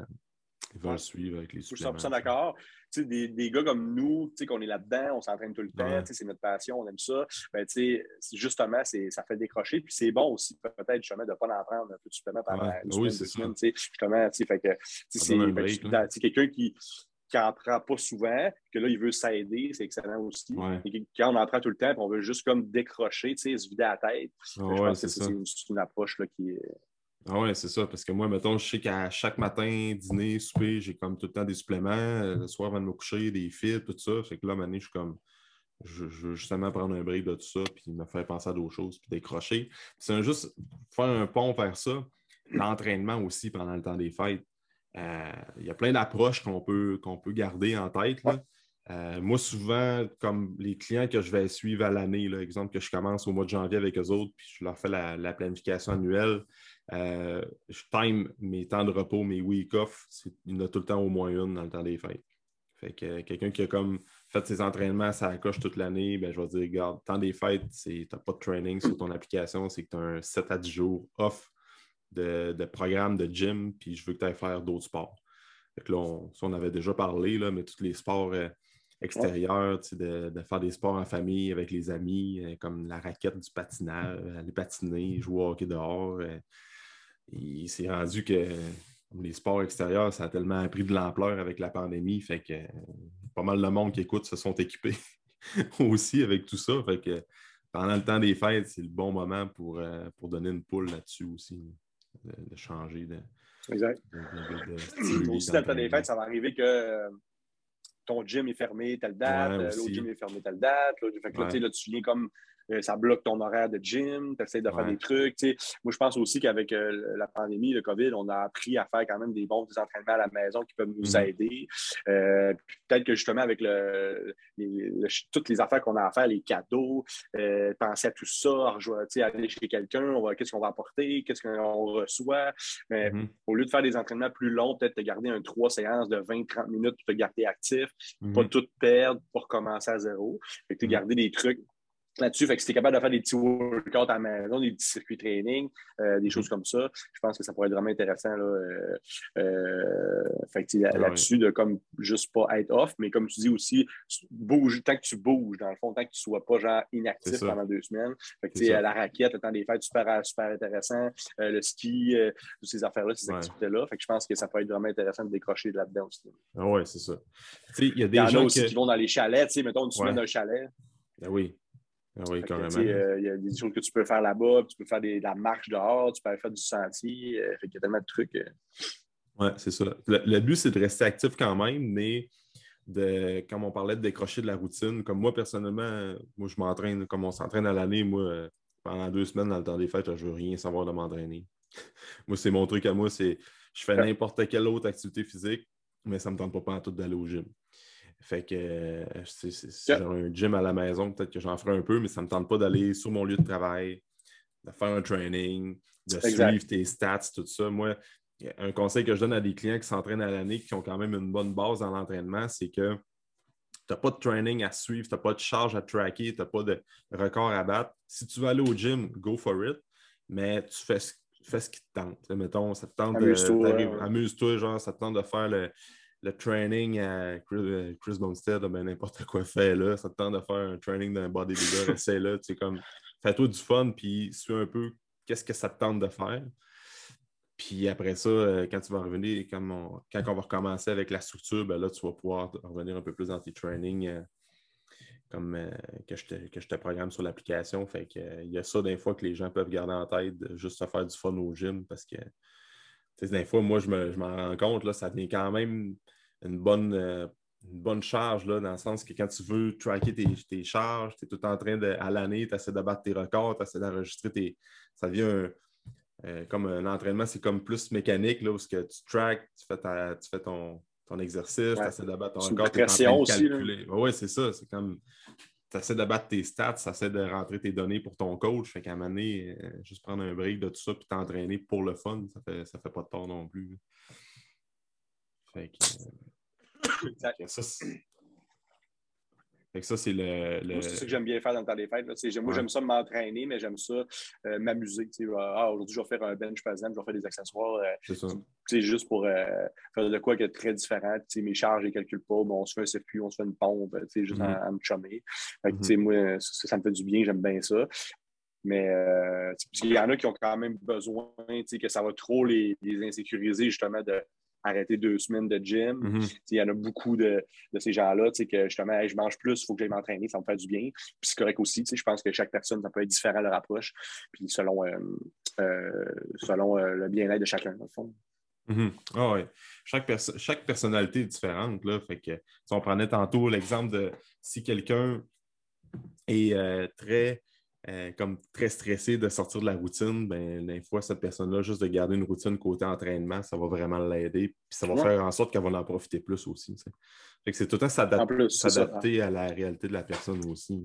veulent suivre avec les je suis suppléments. 100% d'accord. Des gars comme nous, qu'on est là-dedans, on s'entraîne tout le temps, Ouais. c'est notre passion, on aime ça. Ben, justement, ça fait décrocher. Puis c'est bon aussi, peut-être, justement, de ne pas en prendre un peu de supplément pendant Ouais. une Oui, semaine, c'est 2 semaines. ça. Justement, fait que, Ça donne un break. quelqu'un qui n'en prend pas souvent, que là, il veut s'aider, c'est excellent aussi. Ouais. Et quand on en prend tout le temps, puis on veut juste comme décrocher, se vider la tête, je Ouais, pense que c'est c'est ça. une approche là, qui est. Ah ouais, c'est ça. Parce que moi, mettons, je sais qu'à chaque matin, dîner, souper, j'ai comme tout le temps des suppléments. Le soir avant de me coucher, des fibres, tout ça. Fait que là, à un moment donné, je suis comme. Je veux justement prendre un break de tout ça, puis me faire penser à d'autres choses, puis décrocher. C'est juste faire un pont vers ça. L'entraînement aussi pendant le temps des fêtes. Il y a plein d'approches qu'on peut garder en tête. Ouais. Là. Moi, souvent, comme les clients que je vais suivre à l'année, exemple que je commence au mois de janvier avec eux autres, puis je leur fais la planification annuelle, je time mes temps de repos, mes week off. Il y en a tout le temps au moins une dans le temps des fêtes. Fait que quelqu'un qui a comme fait ses entraînements, ça coche toute l'année, ben, je vais dire, regarde, temps des fêtes, tu n'as pas de training sur ton application, c'est que tu as un 7 à 10 jours off de programme de gym, puis je veux que tu ailles faire d'autres sports. Fait que là, on avait déjà parlé, là, mais tous les sports extérieurs, de faire des sports en famille avec les amis, comme la raquette du patinage, aller patiner, jouer au hockey dehors. Il s'est rendu que les sports extérieurs, ça a tellement pris de l'ampleur avec la pandémie, fait que pas mal de monde qui écoute se sont équipés aussi avec tout ça. Fait que pendant le temps des fêtes, c'est le bon moment pour donner une poule là-dessus aussi, de changer, Exact. de stimuler, Aussi, dans le temps des fêtes, d'entraîner. ça va arriver que ton gym est fermé telle date, Ouais, l'autre gym aussi. est fermé telle date. Fait que là, Ouais, là, tu viens comme ça bloque ton horaire de gym, tu essaies de faire ouais. des trucs. Moi, je pense aussi qu'avec la pandémie, le COVID, on a appris à faire quand même des bons entraînements à la maison qui peuvent nous aider. Peut-être que justement, avec toutes les affaires qu'on a à faire, les cadeaux, penser à tout ça, aller chez quelqu'un, qu'est-ce qu'on va apporter, qu'est-ce qu'on reçoit. Mais au lieu de faire des entraînements plus longs, peut-être te garder 3 séances de 20-30 minutes pour te garder actif, pas tout perdre pour recommencer à zéro. Fait que garder des trucs là-dessus. Fait que si tu es capable de faire des petits workouts à la maison, des petits circuits training, des choses comme ça, je pense que ça pourrait être vraiment intéressant. Là, fait que là-dessus, de comme juste pas être off, mais comme tu dis aussi, bouge, tant que tu bouges, dans le fond, tant que tu sois pas genre inactif pendant 2 semaines. Fait que la raquette, le temps des fêtes, super, super intéressant. Le ski, toutes ces affaires-là, ces activités-là. Fait que je pense que ça peut être vraiment intéressant de décrocher de là-dedans aussi. Ah ouais, c'est ça. Il y a Il des y en a gens aussi qui vont dans les chalets, mettons une semaine d'un chalet. Ah oui. Ah oui, carrément. Il y a des choses que tu peux faire là-bas, tu peux faire de la marche dehors, tu peux aller faire du sentier. Fait qu'il y a tellement de trucs. Ouais, c'est ça. Le but, c'est de rester actif quand même, mais comme on parlait de décrocher de la routine, comme moi, personnellement, moi, je m'entraîne, comme on s'entraîne à l'année, moi, pendant 2 semaines dans le temps des fêtes, je ne veux rien savoir de m'entraîner. Moi, c'est mon truc à moi, c'est je fais n'importe quelle autre activité physique, mais ça ne me tente pas en tout d'aller au gym. Fait que si j'ai un gym à la maison, peut-être que j'en ferai un peu, mais ça ne me tente pas d'aller sur mon lieu de travail, de faire un training, de suivre tes stats, tout ça. Moi, un conseil que je donne à des clients qui s'entraînent à l'année, qui ont quand même une bonne base dans l'entraînement, c'est que tu n'as pas de training à suivre, tu n'as pas de charge à tracker, tu n'as pas de record à battre. Si tu veux aller au gym, go for it, mais tu fais ce qui te tente. Mettons, ça te tente amuse-toi, genre, ça te tente de faire le training à Chris Bumstead, ben, n'importe quoi fait là. Ça te tente de faire un training d'un bodybuilder, essaie-le. Fais-toi du fun, puis suis un peu qu'est-ce que ça te tente de faire. Puis après ça, quand tu vas revenir, quand on va recommencer avec la structure, ben là, tu vas pouvoir revenir un peu plus dans tes trainings que je te programme sur l'application. Fait que, il y a ça des fois que les gens peuvent garder en tête, de juste se faire du fun au gym parce que des fois, moi, je m'en rends compte, là, ça devient quand même une bonne charge, là, dans le sens que quand tu veux tracker tes charges, tu es tout en train à l'année, tu essaies de battre tes records, tu essaies d'enregistrer ça devient comme un entraînement, c'est comme plus mécanique, là, où que tu tracks, tu fais ton exercice, tu essaies de battre ton record, tu es en train de calculer. Oui, c'est ça. C'est comme tu essaies de battre tes stats, tu essaies de rentrer tes données pour ton coach. Fait qu'à un moment donné, juste prendre un break de tout ça puis t'entraîner pour le fun, ça fait pas de tort non plus. Fait que ça, c'est Moi, c'est ça que j'aime bien faire dans le temps des fêtes. Moi, j'aime ça m'entraîner, mais j'aime ça m'amuser. Aujourd'hui, je vais faire un bench pesant, je vais faire des accessoires. Juste pour faire de quoi que très différent. Mes charges, je ne les calcule pas. On se fait un circuit, on se fait une pompe, juste à me chummer. Moi, ça me fait du bien, j'aime bien ça. Mais il y en a qui ont quand même besoin que ça va trop les insécuriser, justement, de arrêter 2 semaines de gym. Il y en a beaucoup de ces gens-là que justement, hey, je mange plus, il faut que j'aille m'entraîner, ça me fait du bien. Puis c'est correct aussi. Je pense que chaque personne, ça peut être différent leur approche. Puis selon le bien-être de chacun, dans le fond. Ah ouais. Chaque personnalité est différente. Là, fait que, si on prenait tantôt l'exemple de si quelqu'un est très stressé de sortir de la routine, ben, des fois, cette personne-là, juste de garder une routine côté entraînement, ça va vraiment l'aider. Puis ça va faire en sorte qu'elle va en profiter plus aussi. Fait que c'est tout le temps s'adapter à la réalité de la personne aussi.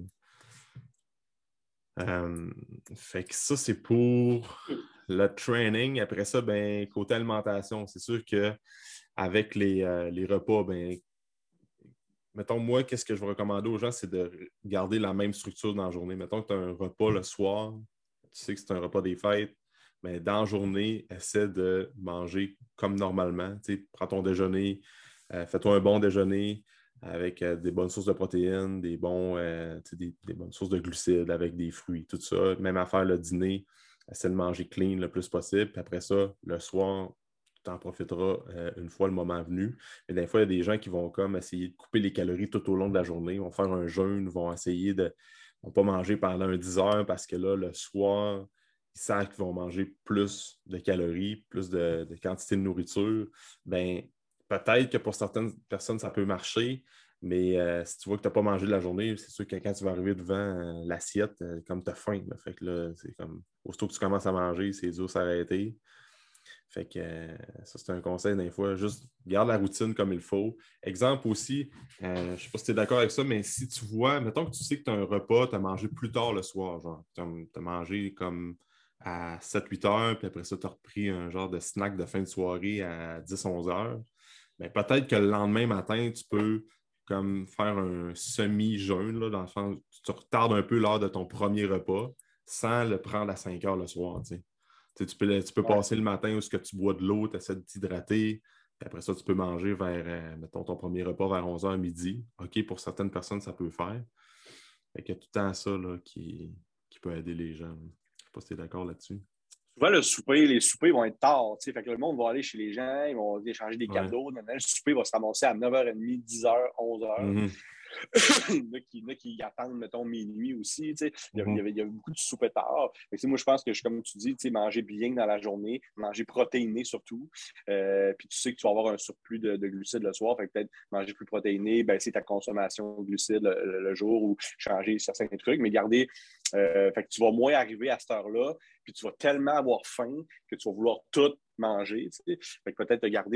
Fait que ça, c'est pour le training. Après ça, ben, côté alimentation, c'est sûr qu'avec les repas, ben, mettons, moi, qu'est-ce que je vais recommander aux gens, c'est de garder la même structure dans la journée. Mettons que tu as un repas le soir, tu sais que c'est un repas des fêtes, mais dans la journée, essaie de manger comme normalement. Prends ton déjeuner, fais-toi un bon déjeuner avec des bonnes sources de protéines, des bonnes sources de glucides avec des fruits, tout ça. Même à faire le dîner, essaie de manger clean le plus possible. Puis après ça, le soir, tu en profiteras une fois le moment venu. Mais des fois, il y a des gens qui vont comme essayer de couper les calories tout au long de la journée, vont faire un jeûne, vont essayer de ne pas manger pendant 10 heures parce que là, le soir, ils savent qu'ils vont manger plus de calories, plus de quantité de nourriture. Ben, peut-être que pour certaines personnes, ça peut marcher, mais si tu vois que tu n'as pas mangé de la journée, c'est sûr que quand tu vas arriver devant l'assiette, comme tu as faim. Là, fait que là, c'est comme, aussitôt que tu commences à manger, c'est dur s'arrêter. Fait que ça, c'est un conseil des fois. Juste garde la routine comme il faut. Exemple aussi, je ne sais pas si tu es d'accord avec ça, mais si tu vois, mettons que tu sais que tu as un repas, tu as mangé plus tard le soir, genre, tu as mangé comme à 7-8 heures, puis après ça, tu as repris un genre de snack de fin de soirée à 10-11 heures. Bien, peut-être que le lendemain matin, tu peux comme faire un semi-jeûne, là, dans le sens tu retardes un peu l'heure de ton premier repas sans le prendre à 5 heures le soir. Tu peux passer le matin où ce que tu bois de l'eau, tu essaies de t'hydrater, puis après ça, tu peux manger vers, mettons, ton premier repas vers 11h midi. OK, pour certaines personnes, ça peut faire. Fait qu'il y a tout le temps ça là, qui peut aider les gens. Je ne sais pas si tu es d'accord là-dessus. Souvent, les soupers vont être tard. Fait que le monde va aller chez les gens, ils vont échanger des cadeaux. Maintenant, le souper va se ramasser à 9h30, 10h, 11h. Il y en a qui attendent, mettons, minuit aussi. Il y a beaucoup de souper tard. Moi, je pense que, comme tu dis, manger bien dans la journée, manger protéiné surtout. Puis tu sais que tu vas avoir un surplus de glucides le soir. Fait que peut-être manger plus protéiné, baisser ta consommation de glucides le jour ou changer certains trucs. Mais garder. Fait que tu vas moins arriver à cette heure-là. Puis tu vas tellement avoir faim que tu vas vouloir tout manger. Fait que peut-être te garder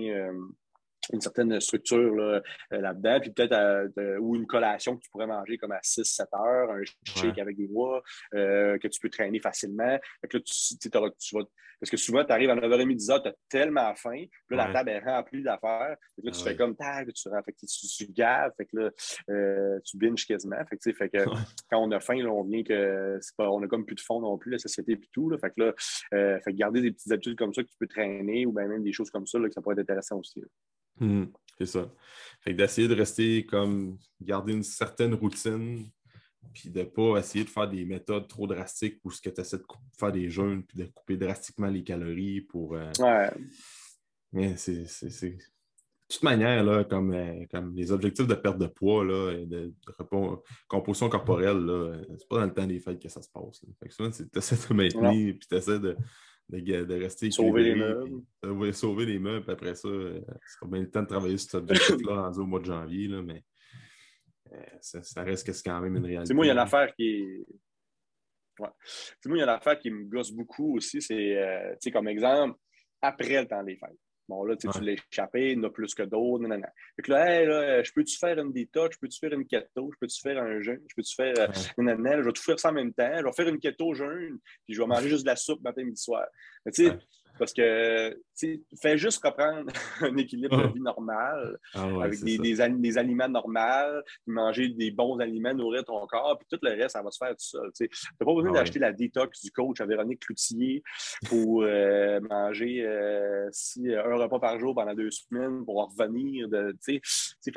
une certaine structure là-dedans, puis peut-être ou une collation que tu pourrais manger comme à 6-7 heures, un shake avec des noix que tu peux traîner facilement. Fait que là, tu vas... Parce que souvent, tu arrives à 9h30, 10h, tu as tellement faim, puis là, la table est remplie d'affaires. Fait que là, tu fais comme tag, tu gaves, fait que là, tu binges quasiment. Fait que quand on a faim, là, on vient que on a comme plus de fond non plus, la société et tout. Là, fait que là, fait que garder des petites habitudes comme ça que tu peux traîner ou bien même des choses comme ça, là, que ça pourrait être intéressant aussi. C'est ça. Fait que d'essayer de rester comme garder une certaine routine, puis de ne pas essayer de faire des méthodes trop drastiques où ce que tu essaies de faire des jeûnes, puis de couper drastiquement les calories pour. Ouais. Mais c'est. De toute manière, là, comme les objectifs de perte de poids, là, et de composition corporelle, là, c'est pas dans le temps des fêtes que ça se passe. Là. Fait que souvent, tu essaies de maintenir, puis tu essaies de rester Sauver les équilibré, meubles. puis sauver les meubles, puis après ça, ça sera bien le temps de travailler sur cet objectif-là rendu au mois de janvier, là, mais ça reste que c'est quand même une réalité. Moi, il y a une affaire qui est. Ouais. Moi, il y a une affaire qui me gosse beaucoup aussi, c'est comme exemple, après le temps des fêtes. Bon, là, tu l'as échappé, il y en a plus que d'autres. Nanana. Fait que là, hey, là, je peux-tu faire une détox, je peux-tu faire une keto, je peux-tu faire un jeûne, je peux-tu faire. Nanana, je vais tout faire ça en même temps. Je vais faire une keto jeûne, puis je vais manger juste de la soupe matin, midi, soir. Mais tu sais, parce que, fais juste reprendre un équilibre de vie normal, avec des aliments normaux, manger des bons aliments, nourrir ton corps, puis tout le reste, ça va se faire tout seul. Tu n'as pas besoin d'acheter la détox du coach à Véronique Cloutier pour manger un repas par jour pendant 2 semaines pour en revenir. Tu dis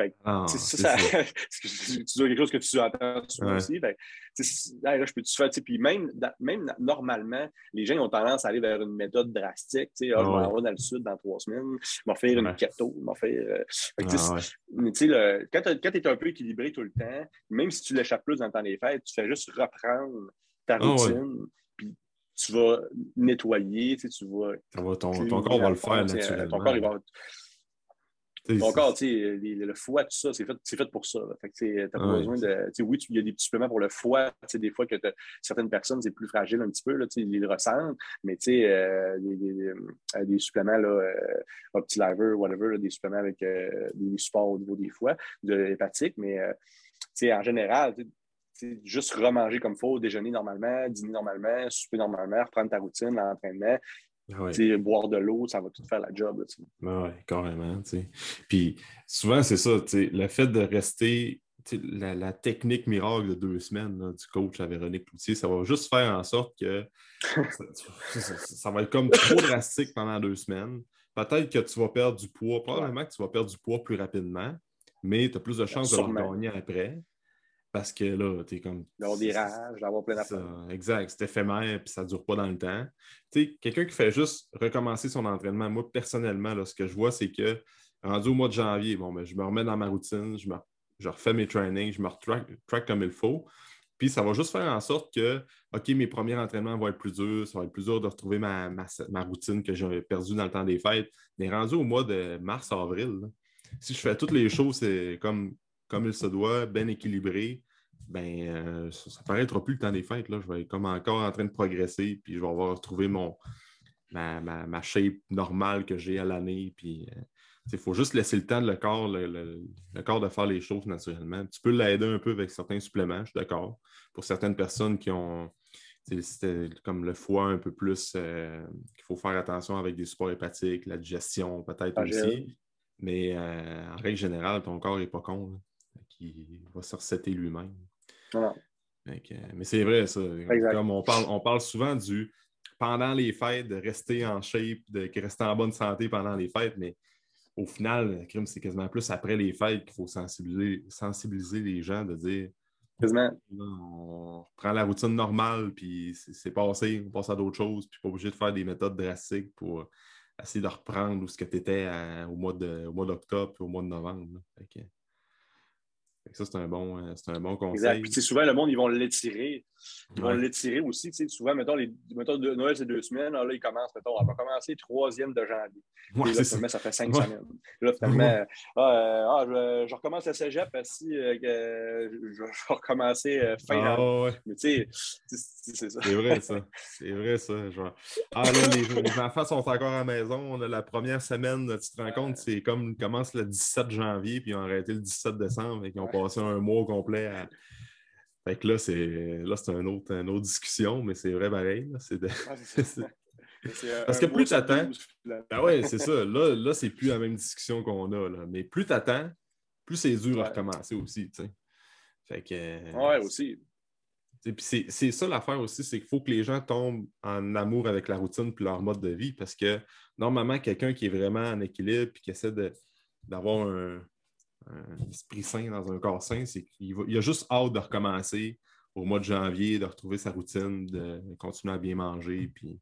quelque chose que tu entends souvent aussi. Fait, là, je peux-tu faire, puis même normalement, les gens ont tendance à aller vers une méthode drastique. Je m'en vais dans le sud dans 3 semaines, je vais faire une keto, je vais faire. Quand tu es un peu équilibré tout le temps, même si tu l'échappes plus dans le temps des fêtes, tu fais juste reprendre ta routine, puis tu vas nettoyer, tu vas. Ton corps va le faire naturellement. Ton corps, il va. Ton corps, le foie, tout ça, c'est fait pour ça. Tu n'as pas besoin de. Oui, il y a des petits suppléments pour le foie. Des fois que certaines personnes, c'est plus fragile un petit peu, là, ils le ressentent. Mais des suppléments, là, OptiLiver, whatever, là, des suppléments avec des supports au niveau des foies, hépatique. Mais en général, juste remanger comme il faut, déjeuner normalement, dîner normalement, souper normalement, reprendre ta routine, l'entraînement. Boire de l'eau, ça va tout faire la job. Oui, carrément. Puis souvent, c'est ça, le fait de rester, la technique miracle de 2 semaines là, du coach à Véronique Cloutier, ça va juste faire en sorte que ça va être comme trop drastique pendant 2 semaines. Peut-être que tu vas perdre du poids, probablement que tu vas perdre du poids plus rapidement, mais tu as plus de chances de le regagner après. Parce que là, tu es comme. D'avoir des rages, d'avoir plein d'affaires. Exact, c'est éphémère puis ça ne dure pas dans le temps. Tu sais, quelqu'un qui fait juste recommencer son entraînement, moi, personnellement, là, ce que je vois, c'est que rendu au mois de janvier, bon, ben, je me remets dans ma routine, je refais mes trainings, je me track comme il faut. Puis ça va juste faire en sorte que, OK, mes premiers entraînements vont être plus durs, ça va être plus dur de retrouver ma routine que j'avais perdue dans le temps des fêtes. Mais rendu au mois de mars-avril, si je fais toutes les choses, c'est comme il se doit, bien équilibré, ça ne paraîtra plus le temps des fêtes. Là. Je vais être comme encore en train de progresser, puis je vais avoir retrouvé ma shape normale que j'ai à l'année. Puis il faut juste laisser le temps de le corps de faire les choses naturellement. Tu peux l'aider un peu avec certains suppléments, je suis d'accord. Pour certaines personnes qui ont comme le foie un peu plus, qu'il faut faire attention avec des supports hépatiques, la digestion peut-être aussi. Mais en règle générale, ton corps n'est pas con. Il va se resetter lui-même. Mais c'est vrai, ça. Comme on parle souvent du pendant les fêtes, de rester en shape, de rester en bonne santé pendant les fêtes, mais au final, c'est quasiment plus après les fêtes qu'il faut sensibiliser les gens de dire on reprend la routine normale, puis c'est passé, on passe à d'autres choses, puis pas obligé de faire des méthodes drastiques pour essayer de reprendre où ce que tu étais au mois d'octobre et au mois de novembre. Fait que ça, c'est un bon Exact. conseil. Puis, souvent, le monde, ils vont l'étirer. Ils vont Ouais. l'étirer aussi. Souvent, mettons, Noël, c'est 2 semaines. Là, ils commencent, mettons, on va commencer 3e de janvier. Ouais, Puis là, c'est ça. finalement, ça fait 5 semaines. Ouais. Là, Ouais. finalement, je recommence le cégep si je vais recommencer fin Ah janvier. ouais. Mais tu sais, c'est ça. C'est vrai, ça. C'est vrai, ça. Genre, ah là, les enfants sont encore à la maison. On a la première semaine, tu te rends compte, c'est comme commence le 17 janvier, puis ils ont arrêté le 17 décembre, et qu'ils ont Ouais. passé un mois complet à. Fait que là, c'est une autre discussion, mais c'est vrai pareil. Là, Ouais, c'est ça. C'est Parce un que mois plus sur t'attends, 12, finalement. ben ouais, c'est ça. Là, c'est plus la même discussion qu'on a. Là. Mais plus t'attends, plus c'est dur à Ouais. recommencer aussi. Tu sais. Fait que. Ouais, aussi. Puis c'est ça l'affaire aussi, c'est qu'il faut que les gens tombent en amour avec la routine et leur mode de vie parce que normalement, quelqu'un qui est vraiment en équilibre et qui essaie d'avoir un esprit sain dans un corps sain, c'est qu'il a juste hâte de recommencer au mois de janvier, de retrouver sa routine, de continuer à bien manger puis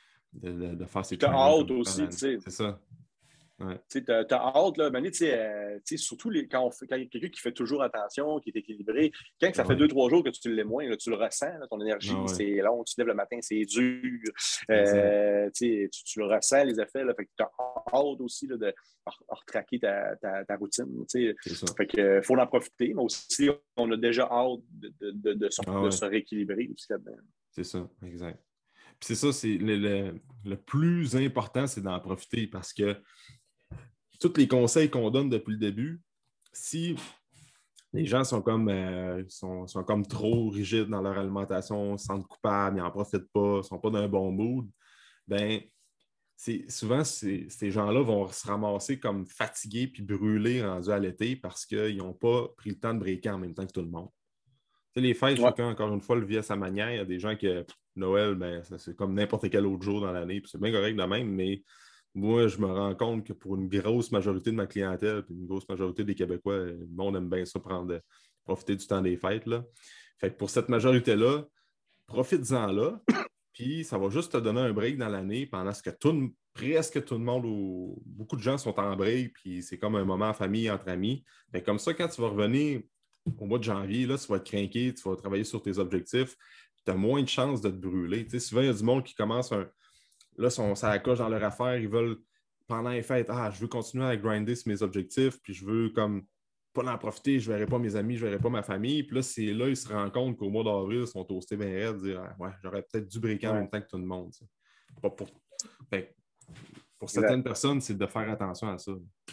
de faire ses Puis t'as trainings hâte comme il fait aussi, tu l'année. sais. C'est ça. Ouais. Tu sais, t'as hâte, là, Mané, surtout quand il y a quelqu'un qui fait toujours attention, qui est équilibré, quand ça Ah fait ouais. 2, 3 jours que tu l'es moins, là, tu le ressens, là, ton énergie, Ah ouais. c'est long, tu te lèves le matin, c'est dur, Exact. tu le ressens, les effets, là, fait que tu as hâte aussi là, de retraquer ta routine. Tu sais. C'est ça. Fait que faut en profiter, mais aussi, on a déjà hâte Ah de ouais. se rééquilibrer aussi là-dedans. C'est ça. Exact. Puis c'est ça, c'est le plus important, c'est d'en profiter parce que tous les conseils qu'on donne depuis le début, si les gens sont comme trop rigides dans leur alimentation, se sentent coupables, ils n'en profitent pas, ne sont pas d'un bon mood, ben souvent, ces gens-là vont se ramasser comme fatigués puis brûlés rendus à l'été parce qu'ils n'ont pas pris le temps de breaker en même temps que tout le monde. Tu sais, les fêtes, Ouais, chacun, encore une fois, le vit à sa manière. Il y a des gens qui, Noël, ben, c'est comme n'importe quel autre jour dans l'année, puis c'est bien correct de même, mais moi, je me rends compte que pour une grosse majorité de ma clientèle, puis une grosse majorité des Québécois, le monde aime bien ça, profiter du temps des fêtes. Là. Fait que pour cette majorité-là, profites-en là, puis ça va juste te donner un break dans l'année pendant ce que presque tout le monde ou beaucoup de gens sont en break, puis c'est comme un moment en famille, entre amis. Fait comme ça, quand tu vas revenir au mois de janvier, là, tu vas te craquer, tu vas travailler sur tes objectifs, tu as moins de chances de te brûler. Tu sais, souvent, il y a du monde qui commence là, ça accroche dans leur affaire, ils veulent, pendant les fêtes, je veux continuer à grinder sur mes objectifs, puis je veux comme pas en profiter, je ne verrai pas mes amis, je ne verrai pas ma famille. Puis là, c'est là, ils se rendent compte qu'au mois d'avril, ils sont toastés bien raides, dire ouais, j'aurais peut-être dû breaker en ouais, même temps que tout le monde. Pas pour... Fait, pour exact. certaines personnes, c'est de faire attention à ça.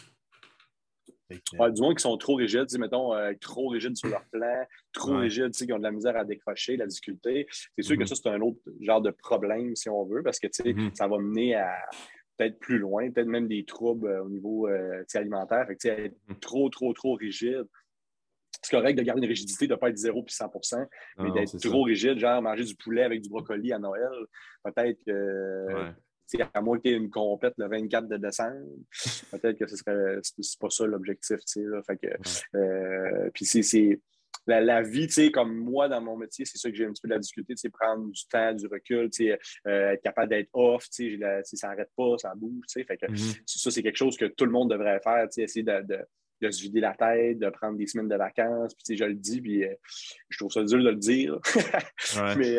Ouais, du moins qui sont trop rigides, mettons, trop rigides sur leur plan, trop Ouais. rigides, qui ont de la misère à décrocher, la difficulté. C'est sûr que Mm-hmm. ça, c'est un autre genre de problème, si on veut, parce que Mm-hmm. ça va mener à peut-être plus loin, peut-être même des troubles au niveau alimentaire. Fait que, être trop, trop, trop rigide. C'est correct de garder une rigidité, de ne pas être 0 puis 100%, Non, mais non, d'être c'est ça. trop rigide, genre manger du poulet avec du brocoli à Noël, peut-être que Ouais. à moins qu'il y ait une compète le 24 de décembre, peut-être que c'est pas ça l'objectif. Là. Fait que, Ouais. puis c'est la vie, comme moi dans mon métier, c'est ça que j'ai un petit peu de la difficulté, prendre du temps, du recul, être capable d'être off, ça n'arrête pas, ça bouge. Fait que Mm-hmm. ça, c'est quelque chose que tout le monde devrait faire, essayer de se vider la tête, de prendre des semaines de vacances. Puis, je le dis, puis je trouve ça dur de le dire. Ouais. Mais,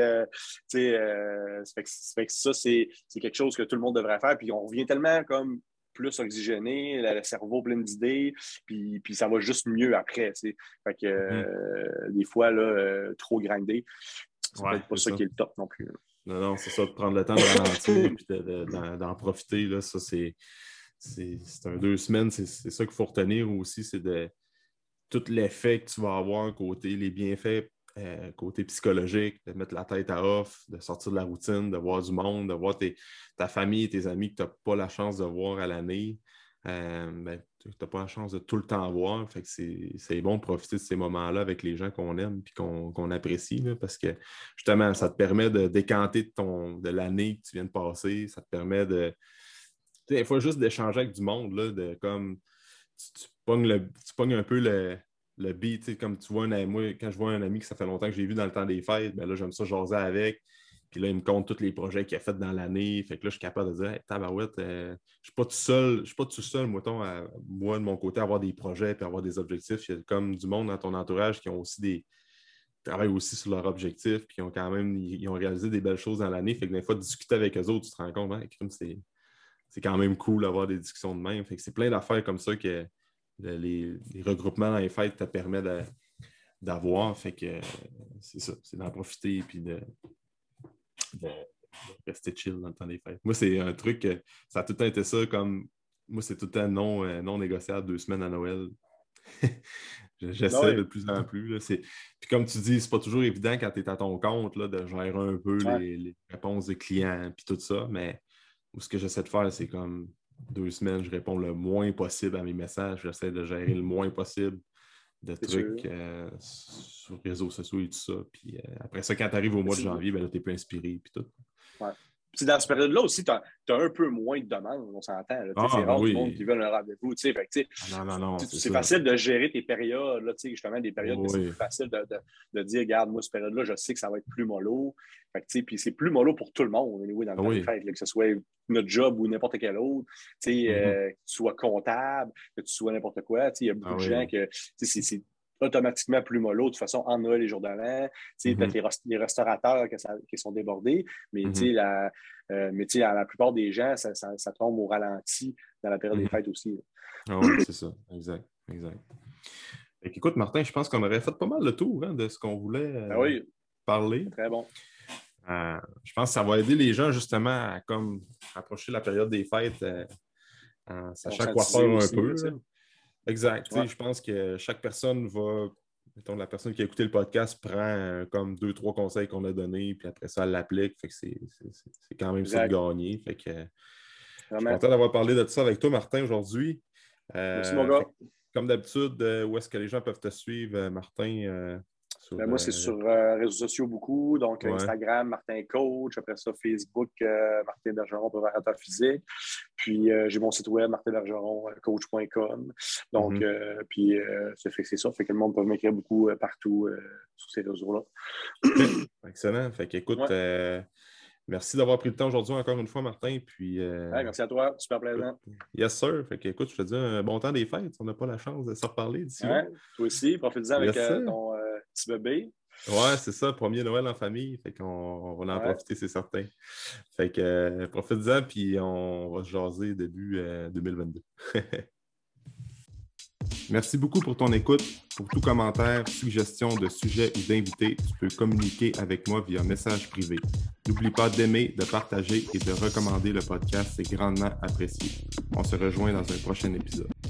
ça fait que ça, c'est quelque chose que tout le monde devrait faire. Puis, on revient tellement comme plus oxygéné, le cerveau plein d'idées, puis ça va juste mieux après. T'sais. Fait que Mm-hmm. des fois, là, trop grindé, c'est Ouais, peut-être pas c'est ça ça. qui est le top non plus. Non, non, c'est ça, de prendre le temps de ralentir et d'en profiter. Là, ça, c'est un 2 semaines, c'est ça qu'il faut retenir aussi, c'est de tout l'effet que tu vas avoir côté les bienfaits côté psychologique, de mettre la tête à off, de sortir de la routine, de voir du monde, de voir ta famille et tes amis que tu n'as pas la chance de voir à l'année. Ben, tu n'as pas la chance de tout le temps voir. Fait que c'est bon de profiter de ces moments-là avec les gens qu'on aime et qu'on apprécie là, parce que justement, ça te permet de décanter de l'année que tu viens de passer. Ça te permet de. Des fois, juste d'échanger avec du monde, là, de comme tu pognes un peu le beat, comme tu vois moi, quand je vois un ami que ça fait longtemps que j'ai vu dans le temps des fêtes, ben là, j'aime ça jaser avec. Puis là, il me compte tous les projets qu'il a fait dans l'année. Fait que là, je suis capable de dire, hey, tabarouette, je ne suis pas tout seul, mettons, moi, de mon côté, avoir des projets et avoir des objectifs. Il y a comme du monde dans ton entourage qui ont aussi travaillent aussi sur leurs objectifs, puis ils ont réalisé des belles choses dans l'année. Fait que des fois, de discuter avec eux autres, tu te rends compte, hein, c'est quand même cool d'avoir des discussions de même. Fait que c'est plein d'affaires comme ça que les regroupements dans les fêtes te permettent d'avoir. Fait que c'est ça, c'est d'en profiter et puis de rester chill dans le temps des fêtes. Moi, c'est un truc, ça a tout le temps été ça, comme moi, c'est tout le temps non négociable, 2 semaines à Noël. J'essaie de plus en plus. Là. Puis comme tu dis, c'est pas toujours évident quand tu es à ton compte là, de gérer un peu les réponses des clients et tout ça, mais ce que j'essaie de faire, c'est comme 2 semaines, je réponds le moins possible à mes messages. J'essaie de gérer le moins possible de trucs sur les réseaux sociaux et tout ça. Puis après ça, quand tu arrives au mois de janvier, ben là, tu es plus inspiré et tout. Ouais. Puis dans cette période-là aussi, tu as un peu moins de demandes, on s'entend. C'est rare du monde qui veut un rendez-vous. Non, c'est facile de gérer tes périodes, là, justement, des périodes que c'est plus facile de dire, regarde, moi, cette période-là, je sais que ça va être plus mollo. Puis c'est plus mollo pour tout le monde, dans le temps des fêtes, que ce soit notre job ou n'importe quel autre, que tu sois comptable, que tu sois n'importe quoi. Il y a beaucoup de gens que c'est automatiquement plus mollo, de toute façon, en Noël les jours d'avant. Peut-être les restaurateurs qui sont débordés, mais la plupart des gens, ça tombe au ralenti dans la période des fêtes aussi. Oui, c'est ça. Exact. Écoute, Martin, je pense qu'on aurait fait pas mal le tour de ce qu'on voulait parler. Très bon. Je pense que ça va aider les gens justement à comme approcher la période des fêtes en sachant quoi faire un peu. Exact. Ouais. Je pense que chaque personne mettons, la personne qui a écouté le podcast prend comme 2-3 conseils qu'on a donnés, puis après ça, elle l'applique. Fait que c'est quand même ça de gagner. Fait que je suis content d'avoir parlé de ça avec toi, Martin, aujourd'hui. Merci, mon gars. Comme d'habitude, où est-ce que les gens peuvent te suivre, Martin? Moi, c'est sur réseaux sociaux beaucoup. Donc, Instagram, Martin Coach. Après ça, Facebook, Martin Bergeron, préparateur physique. Puis, j'ai mon site web, martinbergeroncoach.com. Donc, c'est ça. Fait que le monde peut m'écrire beaucoup partout sur ces réseaux-là. Excellent. Fait qu'écoute, merci d'avoir pris le temps aujourd'hui encore une fois, Martin. Puis, merci à toi. Super plaisant. Yes, sir. Fait qu'écoute, je te dis un bon temps des fêtes. On n'a pas la chance de se reparler d'ici là. Toi aussi. Profite-en avec ton petit bébé. Ouais, c'est ça. Premier Noël en famille. Fait qu'on va en profiter, c'est certain. Fait que profite-en, puis on va se jaser début 2022. Merci beaucoup pour ton écoute. Pour tout commentaire, suggestion de sujet ou d'invité, tu peux communiquer avec moi via message privé. N'oublie pas d'aimer, de partager et de recommander le podcast, c'est grandement apprécié. On se rejoint dans un prochain épisode.